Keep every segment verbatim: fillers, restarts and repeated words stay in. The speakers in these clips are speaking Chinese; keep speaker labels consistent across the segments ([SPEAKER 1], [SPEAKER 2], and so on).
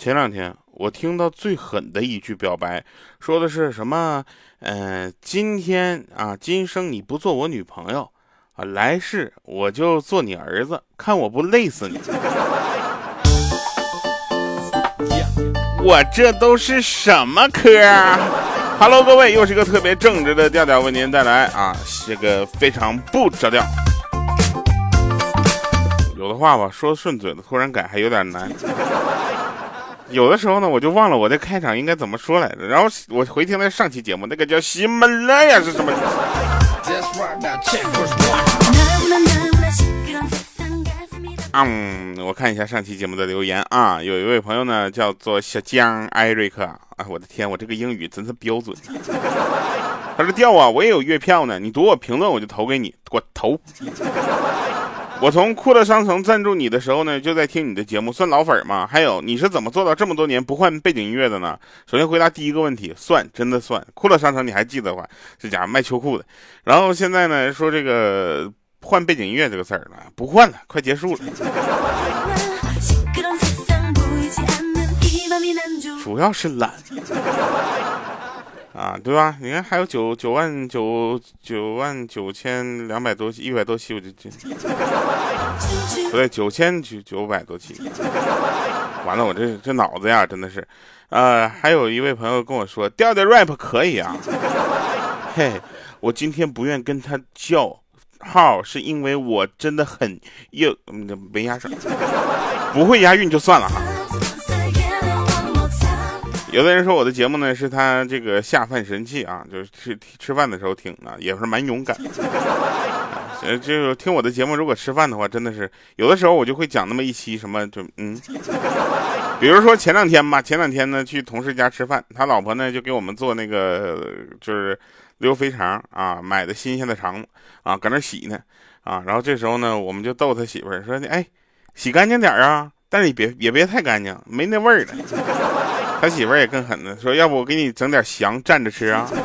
[SPEAKER 1] 前两天我听到最狠的一句表白，说的是什么？嗯、呃，今天啊，今生你不做我女朋友啊，来世我就做你儿子，看我不累死你。我这都是什么科啊 ？Hello， 各位，又是一个特别正直的调调为您带来啊，这个非常不着调。有的话吧，说顺嘴了，突然改还有点难。有的时候呢，我就忘了我在开场应该怎么说来着。然后我回听了上期节目，那个叫喜马拉雅是什么？嗯，我看一下上期节目的留言啊，有一位朋友呢叫做小江艾瑞克啊，我的天，我这个英语真是标准。他说调啊，我也有月票呢，你读我评论我就投给你，给我投。我从酷乐商城赞助你的时候呢，就在听你的节目，算老粉吗？还有，你是怎么做到这么多年不换背景音乐的呢？首先回答第一个问题，算，真的算。酷乐商城你还记得的话，这家伙卖秋裤的。然后现在呢，说这个换背景音乐这个事儿呢，不换了，快结束了。主要是懒。啊，对吧？你看还有九九万九九万九千两百多一百多期，我就这不对，九千九九百多期。完了，我这这脑子呀，真的是，呃，还有一位朋友跟我说，调调 rap 可以啊。嘿，我今天不愿跟他叫号，是因为我真的很又没押上，不会押韵就算了哈。有的人说我的节目呢是他这个下饭神器啊，就是吃吃饭的时候听的，也是蛮勇敢的。呃，就听我的节目，如果吃饭的话，真的是有的时候我就会讲那么一期什么，就嗯，比如说前两天吧，前两天呢去同事家吃饭，他老婆呢就给我们做那个就是溜肥肠啊，买的新鲜的肠啊，搁那洗呢啊，然后这时候呢我们就逗他媳妇儿说，哎，洗干净点啊，但是也别也别太干净，没那味儿了。他媳妇儿也更狠的说，要不我给你整点翔蘸着吃啊。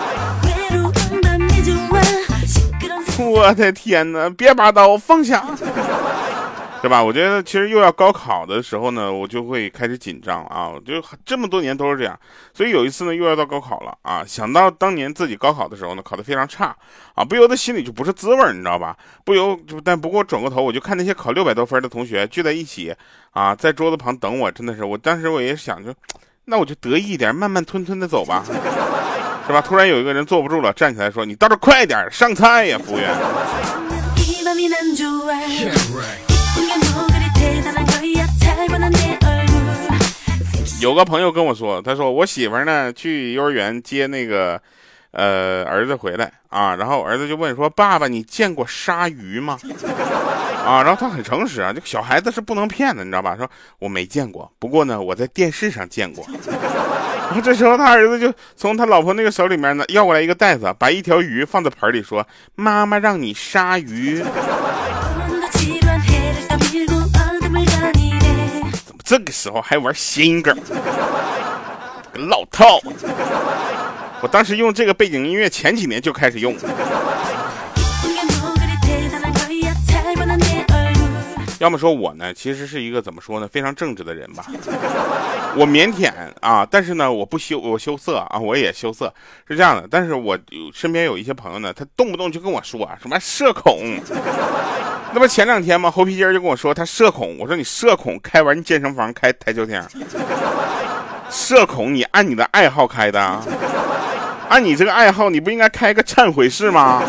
[SPEAKER 1] 我的天哪，别把刀放下，对吧？我觉得其实又要高考的时候呢，我就会开始紧张啊，我就这么多年都是这样。所以有一次呢，又要到高考了啊，想到当年自己高考的时候呢，考得非常差啊，不由得心里就不是滋味，你知道吧？不由但不过转过头，我就看那些考六百多分的同学聚在一起啊，在桌子旁等我，真的是，我当时我也想着，那我就得意一点，慢慢吞吞的走吧。是吧？突然有一个人坐不住了，站起来说：“你倒是快点上菜呀，服务员。”有个朋友跟我说，他说我媳妇儿呢去幼儿园接那个呃儿子回来啊，然后儿子就问说：“爸爸，你见过鲨鱼吗？”啊，然后他很诚实啊，这个小孩子是不能骗的，你知道吧？说我没见过，不过呢，我在电视上见过。然后这时候他儿子就从他老婆那个手里面呢要过来一个袋子，把一条鱼放在盆里，说：“妈妈让你杀鱼。”怎么这个时候还玩谐音梗？老套！我当时用这个背景音乐前几年就开始用。要么说我呢，其实是一个怎么说呢，非常正直的人吧。我腼腆啊，但是呢，我不羞，我羞涩啊，我也羞涩，是这样的。但是我身边有一些朋友呢，他动不动就跟我说啊，什么社恐。那么前两天嘛，猴皮筋就跟我说他社恐，我说你社恐开完健身房开台球厅，社恐你按你的爱好开的啊，按你这个爱好，你不应该开个忏悔室吗？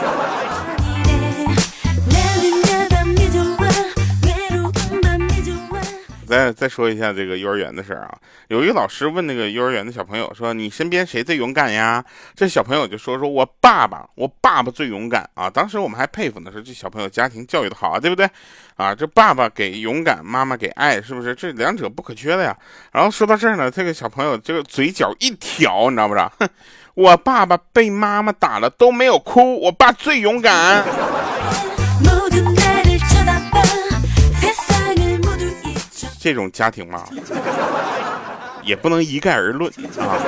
[SPEAKER 1] 再再说一下这个幼儿园的事儿啊，有一个老师问那个幼儿园的小朋友说：“你身边谁最勇敢呀？”这小朋友就说：“说我爸爸，我爸爸最勇敢啊！”当时我们还佩服呢，说这小朋友家庭教育的好啊，对不对？啊，这爸爸给勇敢，妈妈给爱，是不是？这两者不可缺的呀。然后说到这儿呢，这个小朋友这个嘴角一挑，你知道不知道？哼，我爸爸被妈妈打了都没有哭，我爸最勇敢。这种家庭嘛，也不能一概而论啊。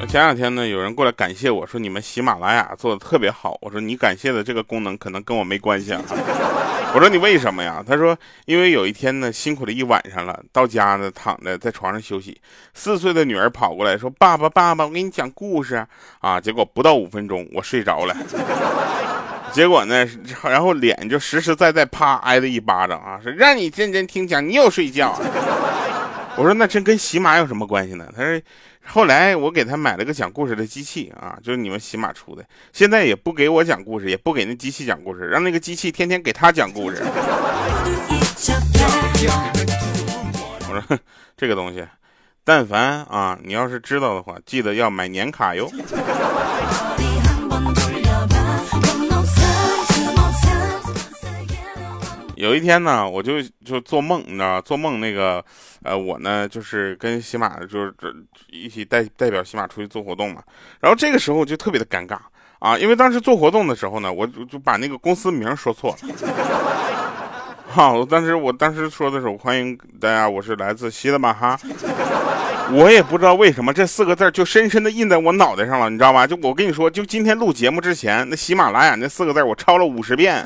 [SPEAKER 1] 前两天呢，有人过来感谢我说你们喜马拉雅做的特别好。我说你感谢的这个功能可能跟我没关系啊。我说你为什么呀？他说因为有一天呢辛苦了一晚上了，到家呢躺着在床上休息，四岁的女儿跑过来说爸爸爸爸我给你讲故事啊，结果不到五分钟我睡着了。结果呢，然后脸就实实在在啪挨了一巴掌啊，说让你认真听讲，你又睡觉啊。我说那真跟喜马有什么关系呢？他说后来我给他买了个讲故事的机器啊，就是你们喜马出的，现在也不给我讲故事，也不给那机器讲故事，让那个机器天天给他讲故事。我说这个东西但凡啊你要是知道的话，记得要买年卡哟。有一天呢，我就就做梦，你知道做梦那个，呃，我呢就是跟喜马就是一起代代表喜马出去做活动嘛。然后这个时候就特别的尴尬啊，因为当时做活动的时候呢，我就就把那个公司名说错了。哈，我当时我当时说的时候，欢迎大家，我是来自西的马哈。我也不知道为什么这四个字就深深的印在我脑袋上了，你知道吗？就我跟你说，就今天录节目之前，那喜马拉雅那四个字我抄了五十遍。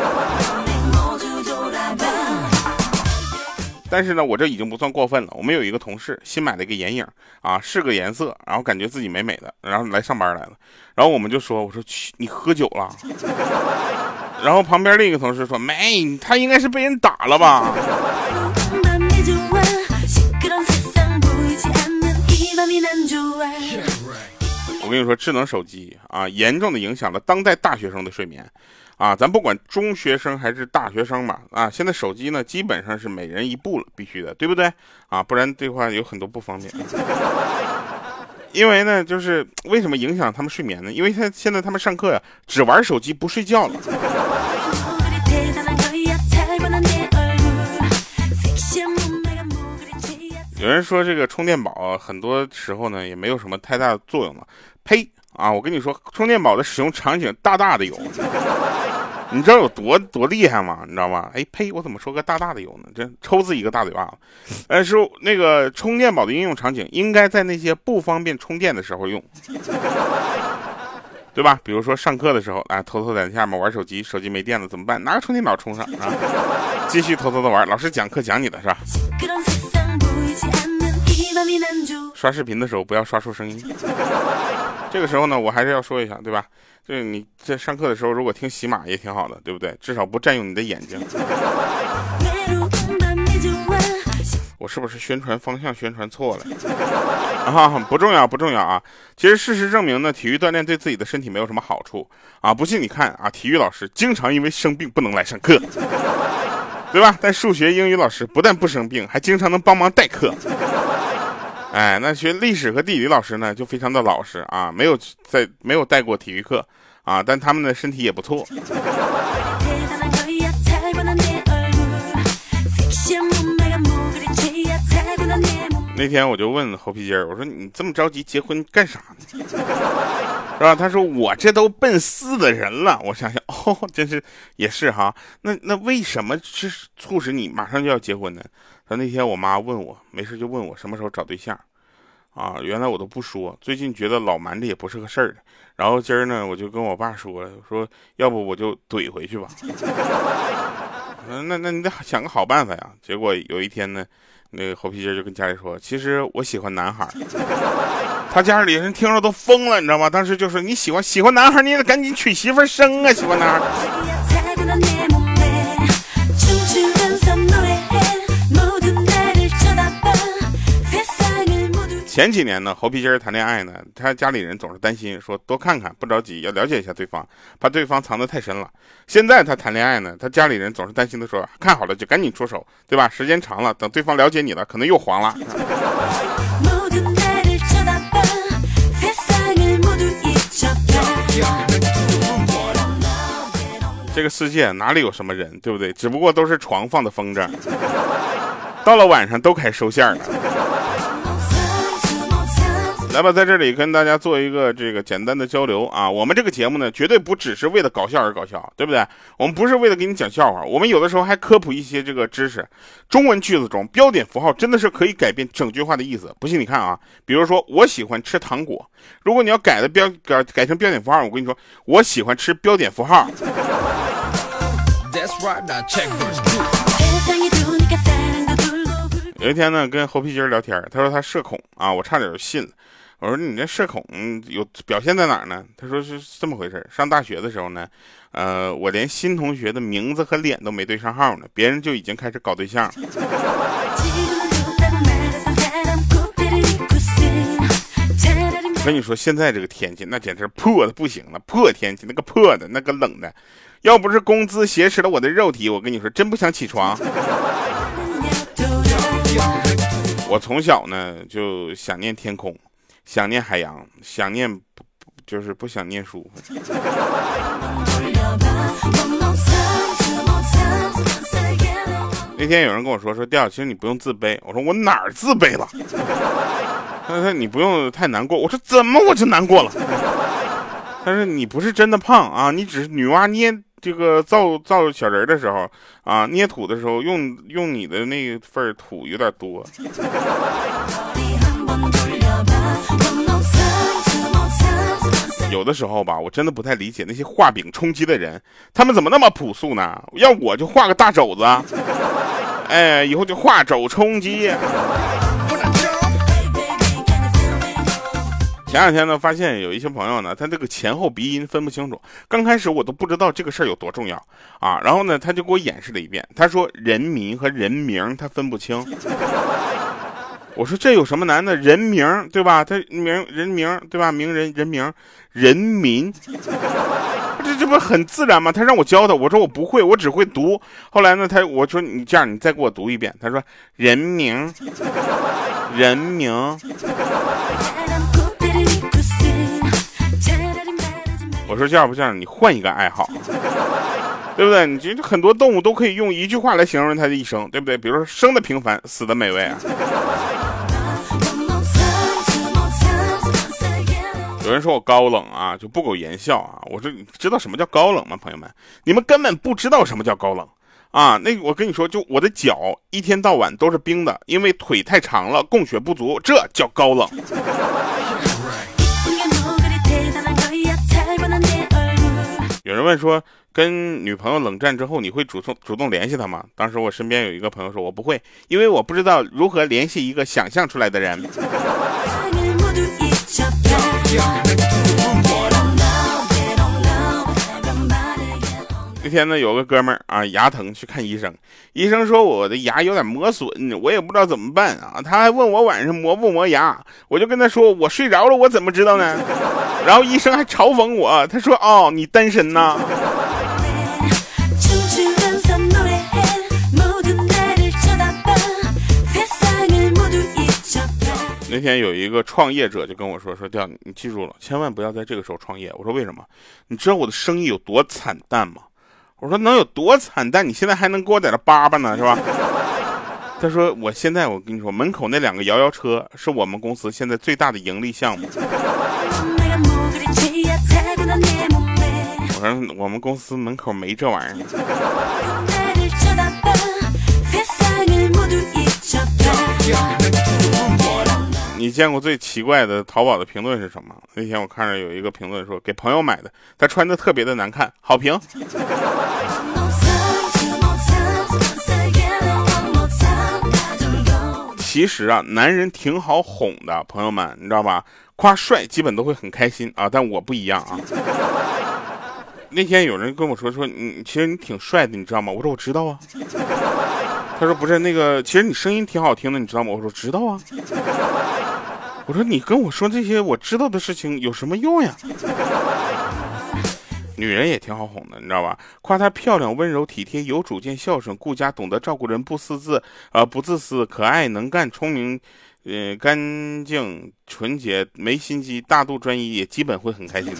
[SPEAKER 1] 但是呢，我这已经不算过分了。我们有一个同事新买了一个眼影啊，是个颜色，然后感觉自己美美的，然后来上班来了。然后我们就说，我说去，你喝酒了？然后旁边另一个同事说，没，他应该是被人打了吧。我跟你说，智能手机啊，严重的影响了当代大学生的睡眠。啊，咱不管中学生还是大学生吧，啊，现在手机呢基本上是每人一部了，必须的，对不对？啊，不然这话有很多不方便。因为呢，就是为什么影响他们睡眠呢？因为现现在他们上课呀，只玩手机不睡觉了。有人说这个充电宝很多时候呢也没有什么太大的作用了，呸！啊，我跟你说，充电宝的使用场景大大的有。你知道有多多厉害吗？你知道吗？哎呸！我怎么说个大大的有呢？这抽自己一个大嘴巴子。但是那个充电宝的应用场景应该在那些不方便充电的时候用，对吧？比如说上课的时候啊，偷偷在下面玩手机，手机没电了怎么办？拿个充电宝充上啊，继续偷偷的玩。老师讲课讲你的是吧？刷视频的时候不要刷出声音。这个时候呢，我还是要说一下，对吧？就是你在上课的时候，如果听喜马也挺好的，对不对？至少不占用你的眼睛。我是不是宣传方向宣传错了？啊，不重要，不重要啊。其实事实证明呢，体育锻炼对自己的身体没有什么好处啊。不信你看啊，体育老师经常因为生病不能来上课，对吧？但数学、英语老师不但不生病，还经常能帮忙代课。哎，那学历史和地理老师呢，就非常的老实啊，没有在没有带过体育课啊，但他们的身体也不错。那天我就问猴皮筋儿，我说你这么着急结婚干啥呢？是吧？他说我这都奔四的人了。我想想，哦，真是也是哈。那那为什么是促使你马上就要结婚呢？他那天我妈问我，没事就问我什么时候找对象，啊，原来我都不说，最近觉得老瞒着也不是个事儿。然后今儿呢，我就跟我爸说了，说要不我就怼回去吧。那那你得想个好办法呀。结果有一天呢，那个猴皮筋就跟家里说，其实我喜欢男孩。他家里人听了都疯了，你知道吗？当时就说你喜欢喜欢男孩，你也得赶紧娶媳妇生啊，喜欢男孩。前几年呢，猴皮筋谈恋爱呢，他家里人总是担心，说多看看，不着急，要了解一下对方，怕对方藏得太深了。现在他谈恋爱呢，他家里人总是担心的说，看好了就赶紧出手，对吧？时间长了，等对方了解你了，可能又黄了。这个世界哪里有什么人，对不对？只不过都是床放的风筝，到了晚上都开始收线了。 来吧，在这里跟大家做一个这个简单的交流啊。我们这个节目呢，绝对不只是为了搞笑而搞笑，对不对？我们不是为了给你讲笑话，我们有的时候还科普一些这个知识。中文句子中，标点符号真的是可以改变整句话的意思。不信你看啊，比如说我喜欢吃糖果，如果你要改的标改改成标点符号，我跟你说，我喜欢吃标点符号。有一天呢，跟猴皮筋聊天，他说他社恐啊，我差点就信了。我说你这社恐有表现在哪儿呢？他说是这么回事，上大学的时候呢，呃，我连新同学的名字和脸都没对上号呢，别人就已经开始搞对象了。跟你说，现在这个天气那简直破的不行了，破天气，那个破的，那个冷的，要不是工资挟持了我的肉体，我跟你说真不想起床。我从小呢就想念天空，想念海洋，想念不就是不想念书。那天有人跟我说说调，其实你不用自卑。我说我哪儿自卑了？他说你不用太难过。我说怎么我就难过了？他说你不是真的胖啊，你只是女娲捏这个造造小人的时候啊，捏土的时候用用你的那份土有点多。有的时候吧，我真的不太理解那些画饼充饥的人，他们怎么那么朴素呢？要我就画个大肘子，哎，以后就画肘充饥。前两天呢，发现有一些朋友呢，他这个前后鼻音分不清楚。刚开始我都不知道这个事儿有多重要啊，然后呢，他就给我演示了一遍。他说人民和人名他分不清。我说这有什么难的？人名对吧？他名人名对吧？名人人名人民，这这不很自然吗？他让我教他，我说我不会，我只会读。后来呢，他我说你这样，你再给我读一遍。他说人名，人名。我说这样不这样，你换一个爱好，对不对？你觉得很多动物都可以用一句话来形容它的一生，对不对？比如说生的平凡，死的美味啊。有人说我高冷啊，就不苟言笑啊。我说你知道什么叫高冷吗？朋友们，你们根本不知道什么叫高冷啊。那我跟你说，就我的脚一天到晚都是冰的，因为腿太长了，供血不足，这叫高冷。有人问说，跟女朋友冷战之后，你会主动主动联系她吗？当时我身边有一个朋友说，我不会，因为我不知道如何联系一个想象出来的人。那天呢，有个哥们儿啊，牙疼去看医生，医生说我的牙有点磨损，我也不知道怎么办啊。他还问我晚上磨不磨牙，我就跟他说我睡着了，我怎么知道呢？然后医生还嘲讽我，他说哦，你单身呐。那天有一个创业者就跟我说说调，你记住了，千万不要在这个时候创业。我说为什么？你知道我的生意有多惨淡吗？我说能有多惨淡？你现在还能给我在这叭叭呢，是吧？他说我现在我跟你说，门口那两个摇摇车是我们公司现在最大的盈利项目。我说我们公司门口没这玩意儿。你见过最奇怪的淘宝的评论是什么？那天我看着有一个评论说，给朋友买的，他穿的特别的难看，好评。其实啊，男人挺好哄的，朋友们，你知道吧？夸帅基本都会很开心啊，但我不一样啊。那天有人跟我说说，你其实你挺帅的，你知道吗？我说我知道啊。他说不是那个，其实你声音挺好听的，你知道吗？我说知道啊。我说你跟我说这些我知道的事情有什么用呀？女人也挺好哄的，你知道吧？夸她漂亮、温柔、体贴、有主见、孝顺、顾家、懂得照顾人、不私自，呃，不自私、可爱、能干、聪明，呃，干净、纯洁、没心机、大度、专一，也基本会很开心的。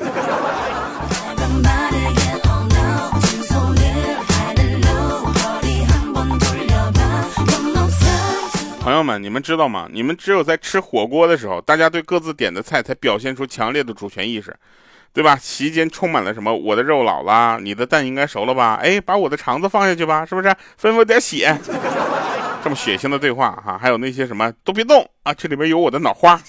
[SPEAKER 1] 朋友们，你们知道吗？你们只有在吃火锅的时候，大家对各自点的菜才表现出强烈的主权意识，对吧？席间充满了什么我的肉老了，你的蛋应该熟了吧？哎，把我的肠子放下去吧，是不是？分我点血。这么血腥的对话哈，还有那些什么都别动啊，这里边有我的脑花。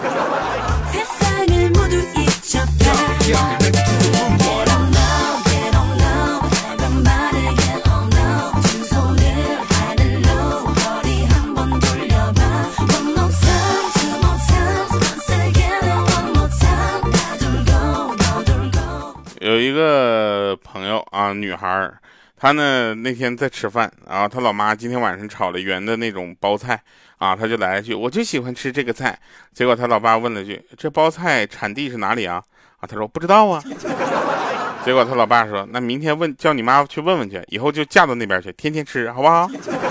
[SPEAKER 1] 有一个朋友啊，女孩，她呢那天在吃饭，然后她老妈今天晚上炒了圆的那种包菜啊，她就来一句，我就喜欢吃这个菜。结果她老爸问了句，这包菜产地是哪里啊？啊，她说不知道啊。结果她老爸说，那明天问叫你妈去问问去，以后就嫁到那边去，天天吃，好不好？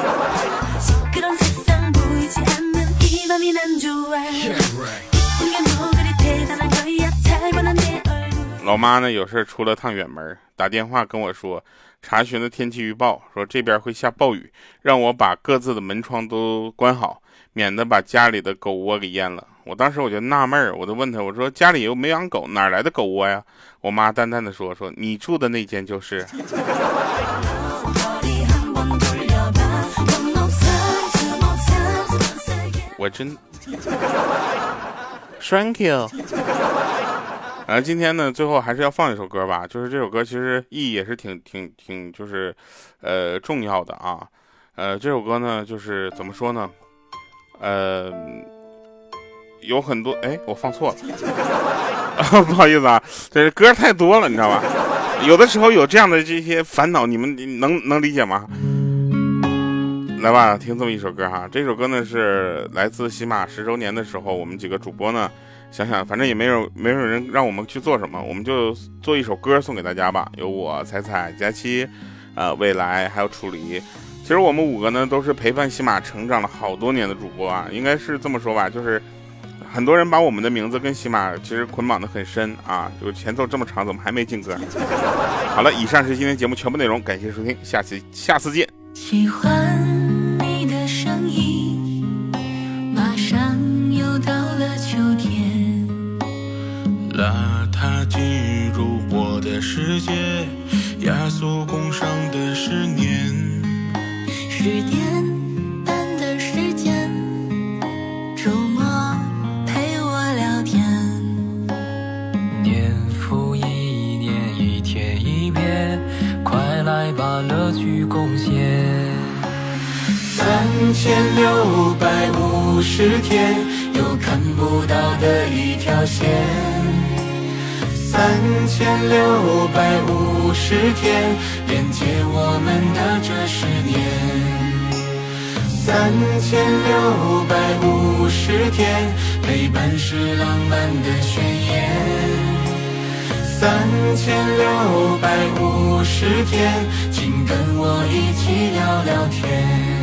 [SPEAKER 1] 老妈呢有事出了趟远门，打电话跟我说，查询了天气预报，说这边会下暴雨，让我把各自的门窗都关好，免得把家里的狗窝给淹了。我当时我就纳闷儿，我就问他，我说家里又没养狗，哪来的狗窝呀？我妈淡淡的说，说你住的那间就是。我真 Thank you。然后今天呢，最后还是要放一首歌吧，就是这首歌其实意义也是挺挺挺就是，呃重要的啊，呃这首歌呢就是怎么说呢，呃有很多哎我放错了，不好意思啊，这歌太多了你知道吧，有的时候有这样的这些烦恼，你们能能理解吗？来吧，听这么一首歌哈，这首歌呢是来自喜马十周年的时候，我们几个主播呢想想，反正也没有没有人让我们去做什么，我们就做一首歌送给大家吧。有我、彩彩、佳期、呃未来还有楚离。其实我们五个呢都是陪伴喜马成长了好多年的主播啊，应该是这么说吧，就是很多人把我们的名字跟喜马其实捆绑得很深啊，就前奏这么长，怎么还没进歌？好了，以上是今天节目全部内容，感谢收听，下次下次见。
[SPEAKER 2] 喜欢你的声音，马上又到了秋天，
[SPEAKER 3] 让它进入我的世界，压缩工伤的十年，
[SPEAKER 2] 十点半的时间，周末陪我聊天，
[SPEAKER 3] 年复一年，一天一别，快来把乐趣贡献。三千六百五十天，有看不到的一条线。三千六百五十天，连接我们的这十年。三千六百五十天，陪伴是浪漫的宣言。三千六百五十天，请跟我一起聊聊天。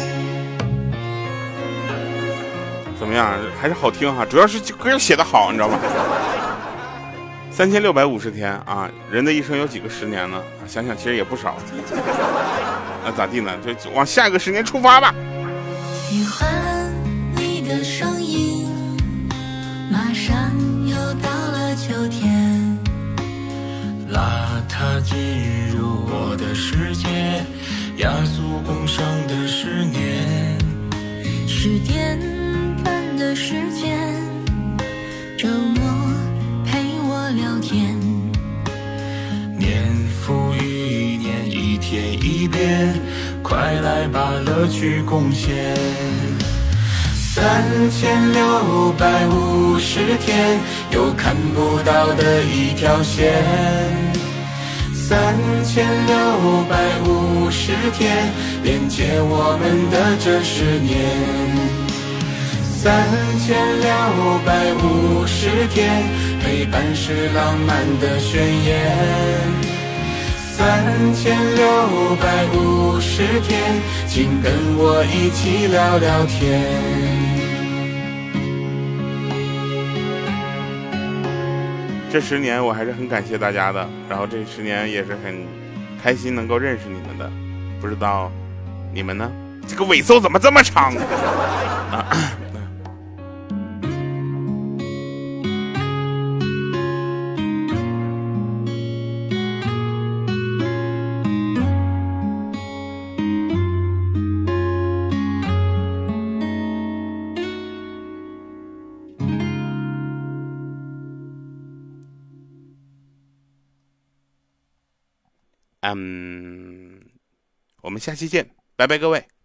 [SPEAKER 1] 怎么样？还是好听哈，主要是歌写得好，你知道吗？三千六百五十天啊，人的一生有几个十年呢？想想其实也不少。那咋地呢？就往下一个十年出发吧。
[SPEAKER 2] 喜欢你的声音，马上又到了秋天，
[SPEAKER 3] 拉它进入我的世界，压缩工伤的十年。
[SPEAKER 2] 十点半的时间，周末陪我聊天，
[SPEAKER 3] 年复一年，一天一变，快来把乐趣贡献。三千六百五十天，有看不到的一条线。三千六百五十天，连接我们的这十年。三千六百五十天，陪伴是浪漫的宣言。三千六百五十天，请跟我一起聊聊天。
[SPEAKER 1] 这十年我还是很感谢大家的，然后这十年也是很开心能够认识你们的，不知道你们呢？ 这个尾奏怎么这么长啊？嗯，我们下期见，拜拜各位。